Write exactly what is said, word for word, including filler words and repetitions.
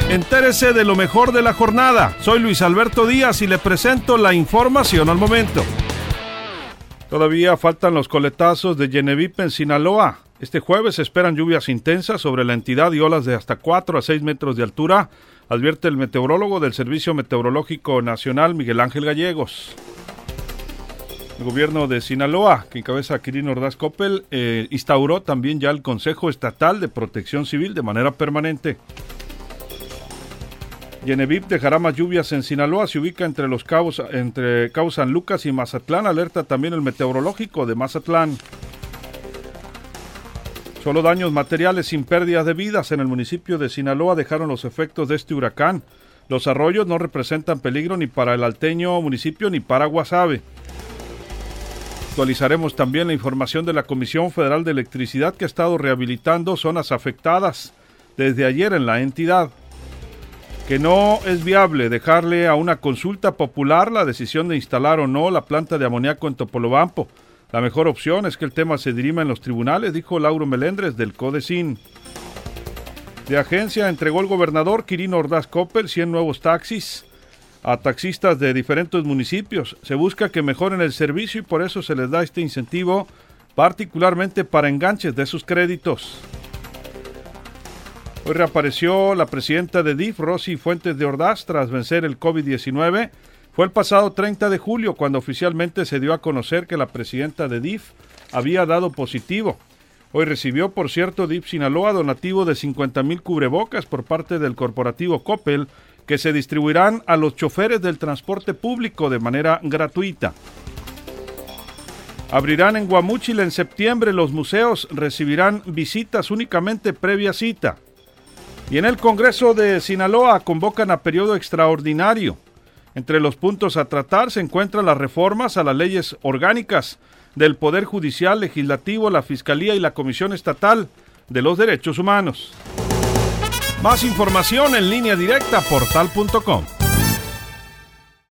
Entérese de lo mejor de la jornada. Soy Luis Alberto Díaz y le presento la información al momento. Todavía faltan los coletazos de Yenevip en Sinaloa. Este jueves se esperan lluvias intensas sobre la entidad y olas de hasta cuatro a seis metros de altura, advierte el meteorólogo del Servicio Meteorológico Nacional, Miguel Ángel Gallegos. El gobierno de Sinaloa, que encabeza Quirino Ordaz Coppel, eh, instauró también ya el Consejo Estatal de Protección Civil de manera permanente. Yenevip dejará más lluvias en Sinaloa, se ubica entre los cabos, entre Cabo San Lucas y Mazatlán, alerta también el meteorológico de Mazatlán. Solo daños materiales sin pérdidas de vidas en el municipio de Sinaloa dejaron los efectos de este huracán. Los arroyos no representan peligro ni para el alteño municipio ni para Guasave. Actualizaremos también la información de la Comisión Federal de Electricidad que ha estado rehabilitando zonas afectadas desde ayer en la entidad. Que no es viable dejarle a una consulta popular la decisión de instalar o no la planta de amoníaco en Topolobampo. La mejor opción es que el tema se dirima en los tribunales, dijo Lauro Melendres del CODECIN. De agencia entregó el gobernador Quirino Ordaz Coppel cien nuevos taxis a taxistas de diferentes municipios. Se busca que mejoren el servicio y por eso se les da este incentivo, particularmente para enganches de sus créditos. Hoy reapareció la presidenta de D I F, Rosy Fuentes de Ordaz, tras vencer el COVID diecinueve. Fue el pasado treinta de julio cuando oficialmente se dio a conocer que la presidenta de D I F había dado positivo. Hoy recibió, por cierto, D I F Sinaloa donativo de cincuenta mil cubrebocas por parte del corporativo Coppel, que se distribuirán a los choferes del transporte público de manera gratuita. Abrirán en Guamúchil en septiembre, los museos recibirán visitas únicamente previa cita. Y en el Congreso de Sinaloa convocan a periodo extraordinario. Entre los puntos a tratar se encuentran las reformas a las leyes orgánicas del Poder Judicial, Legislativo, la Fiscalía y la Comisión Estatal de los Derechos Humanos. Más información en línea directa portal punto com.